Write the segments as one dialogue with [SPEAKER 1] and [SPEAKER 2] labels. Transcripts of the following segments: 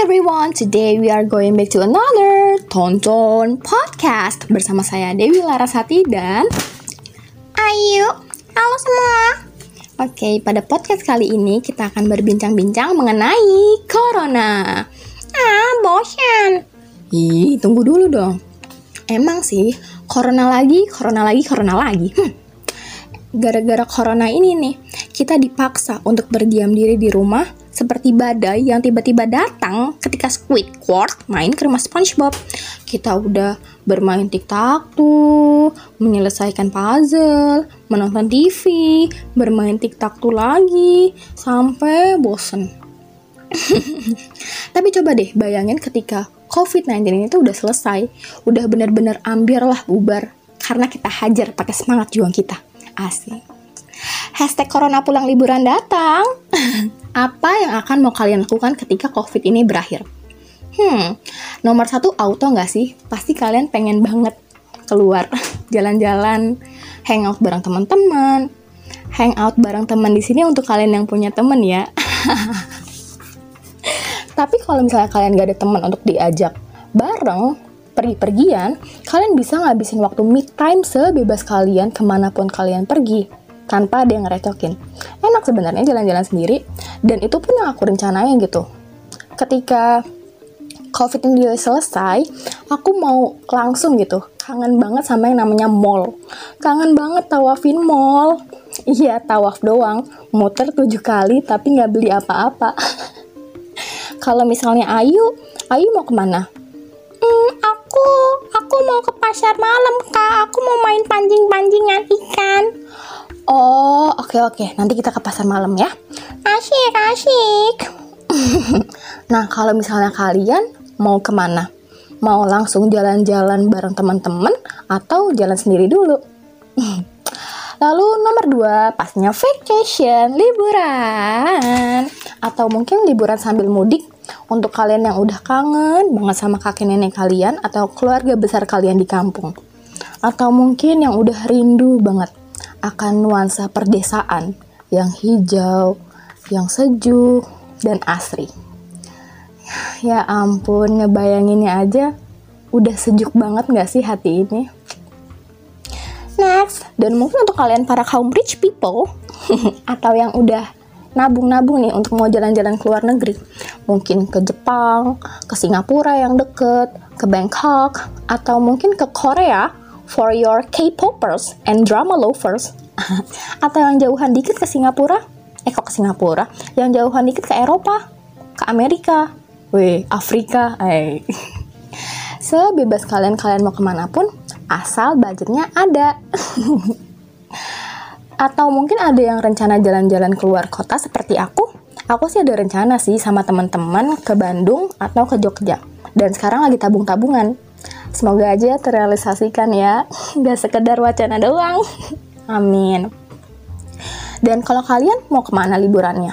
[SPEAKER 1] everyone, today we are going back to another Tonton Podcast bersama saya Dewi Larasati dan Ayu. Halo semua. Oke, pada podcast kali ini kita akan berbincang-bincang mengenai Corona. Bosan. Tunggu dulu dong. Emang sih, Corona lagi. Gara-gara Corona ini nih, kita dipaksa untuk berdiam diri di rumah seperti badai yang tiba-tiba datang ketika Squidward main ke rumah SpongeBob. Kita udah bermain tic-tac-toe, menyelesaikan puzzle, menonton TV, bermain tic-tac-toe lagi, sampai bosen. Tapi coba deh bayangin ketika COVID-19 ini tuh udah selesai, udah benar-benar ambiar lah bubar, karena kita hajar pakai semangat juang kita. Asik. Hashtag Corona pulang liburan datang. Apa yang akan mau kalian lakukan ketika COVID ini berakhir? Nomor 1 auto gak sih? Pasti kalian pengen banget keluar, jalan-jalan, hangout bareng teman-teman. Hangout bareng teman di sini untuk kalian yang punya teman ya. Tapi kalau misalnya kalian gak ada teman untuk diajak bareng, pergi-pergian, kalian bisa ngabisin waktu me time sebebas kalian kemanapun kalian pergi, tanpa ada yang ngerecokin. Enak sebenarnya jalan-jalan sendiri, dan itu pun yang aku rencanain gitu. Ketika COVID ini selesai, aku mau langsung gitu, kangen banget sama yang namanya mall. Kangen banget tawafin mall. Iya, tawaf doang, muter 7 kali tapi nggak beli apa-apa. Kalau misalnya Ayu mau kemana? Aku mau ke pasar malam, Kak. Aku mau main pancing-pancingan ikan. Oh, oke. Nanti kita ke pasar malam ya. Asik. Nah, kalau misalnya kalian mau kemana? Mau langsung jalan-jalan bareng teman-teman atau jalan sendiri dulu? Lalu nomor 2, pastinya vacation, liburan. Atau mungkin liburan sambil mudik untuk kalian yang udah kangen banget sama kakek nenek kalian atau keluarga besar kalian di kampung. Atau mungkin yang udah rindu banget akan nuansa perdesaan yang hijau, yang sejuk, dan asri. Ya ampun, ngebayanginnya aja udah sejuk banget gak sih hati ini? Next, dan mungkin untuk kalian para kaum rich people atau yang udah nabung-nabung nih untuk mau jalan-jalan ke luar negeri, mungkin ke Jepang, ke Singapura yang deket, ke Bangkok, atau mungkin ke Korea for your K-popers and drama lovers, atau yang jauhan dikit ke Singapura, kok ke Singapura, yang jauhan dikit ke Eropa, ke Amerika, Afrika, sebebas kalian mau kemanapun, asal budgetnya ada. Atau mungkin ada yang rencana jalan-jalan keluar kota seperti aku sih ada rencana sih sama teman-teman ke Bandung atau ke Jogja. Dan sekarang lagi tabung-tabungan. Semoga aja terrealisasikan ya, gak sekedar wacana doang. Amin. Dan kalau kalian mau kemana liburannya?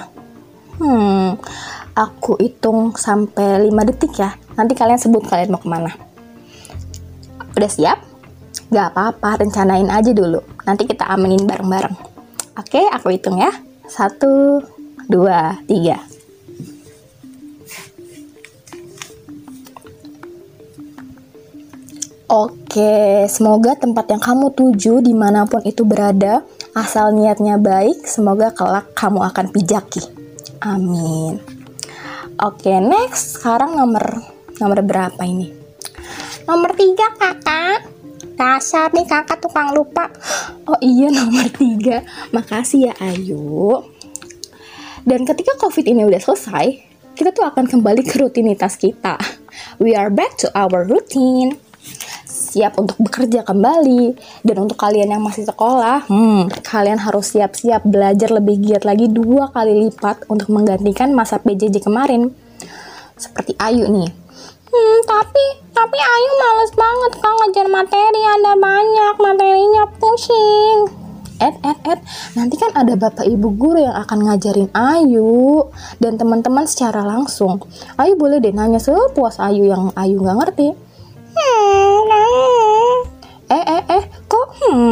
[SPEAKER 1] Aku hitung sampai 5 detik ya. Nanti kalian sebut kalian mau kemana. Udah siap? Gak apa-apa, rencanain aja dulu. Nanti kita aminin bareng-bareng. Oke, aku hitung ya. 1, 2, 3. Oke, semoga tempat yang kamu tuju dimanapun itu berada, asal niatnya baik, semoga kelak kamu akan pijaki. Amin. Oke, next. Sekarang nomor berapa ini? Nomor 3, kakak. Dasar nih kakak tukang lupa. Oh iya, nomor 3. Makasih ya Ayu. Dan ketika COVID ini udah selesai, kita tuh akan kembali ke rutinitas kita. We are back to our routine. Siap untuk bekerja kembali. Dan untuk kalian yang masih sekolah, kalian harus siap-siap belajar lebih giat lagi 2 kali lipat untuk menggantikan masa PJJ kemarin. Seperti Ayu nih. Tapi Ayu males banget Kak ngajar materi, ada banyak materinya, pusing. Nanti kan ada bapak ibu guru yang akan ngajarin Ayu dan teman-teman secara langsung. Ayu boleh deh nanya sepuas Ayu yang Ayu nggak ngerti. Kok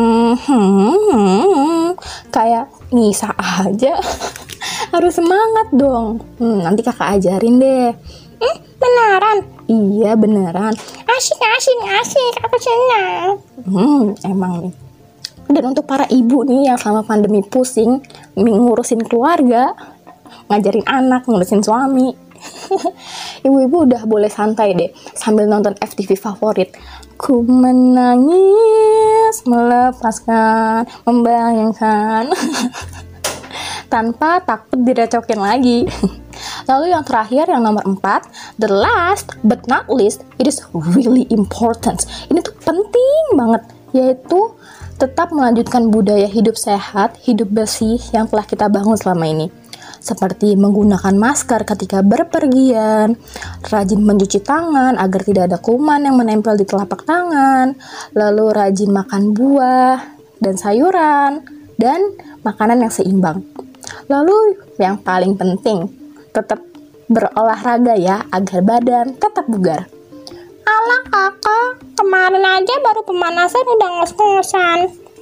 [SPEAKER 1] kayak Nisa aja. Harus semangat dong. Nanti kakak ajarin deh. Beneran? Iya beneran. Asik, aku senang. Emang nih. Dan untuk para ibu nih yang selama pandemi pusing ngurusin keluarga, ngajarin anak, ngurusin suami, ibu-ibu udah boleh santai deh sambil nonton FTV favorit. Ku menangis, melepaskan, membayangkan tanpa takut direcokin lagi. Lalu yang terakhir, yang nomor 4, the last but not least, it is really important. Ini tuh penting banget, yaitu tetap melanjutkan budaya hidup sehat, hidup bersih yang telah kita bangun selama ini. Seperti menggunakan masker ketika berpergian, rajin mencuci tangan agar tidak ada kuman yang menempel di telapak tangan, lalu rajin makan buah dan sayuran, dan makanan yang seimbang. Lalu yang paling penting, tetap berolahraga ya, agar badan tetap bugar. Alah kakak, kemarin aja baru pemanasan udah ngos-ngosan.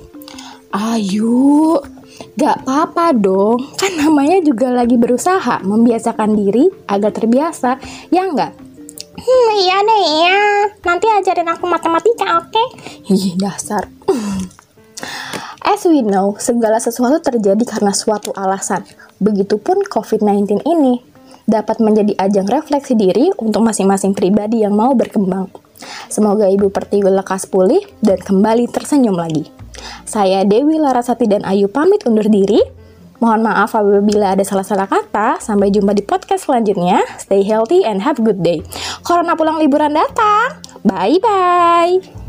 [SPEAKER 1] Ayo, gak apa-apa dong, kan namanya juga lagi berusaha membiasakan diri agar terbiasa, ya enggak? Iya deh ya, nanti ajarin aku matematika, oke? Ih, dasar. As we know, segala sesuatu terjadi karena suatu alasan. Begitupun COVID-19 ini dapat menjadi ajang refleksi diri untuk masing-masing pribadi yang mau berkembang. Semoga Ibu Pertiwi lekas pulih dan kembali tersenyum lagi. Saya Dewi Larasati dan Ayu pamit undur diri. Mohon maaf apabila ada salah-salah kata. Sampai jumpa di podcast selanjutnya. Stay healthy and have a good day. Corona pulang liburan datang. Bye-bye.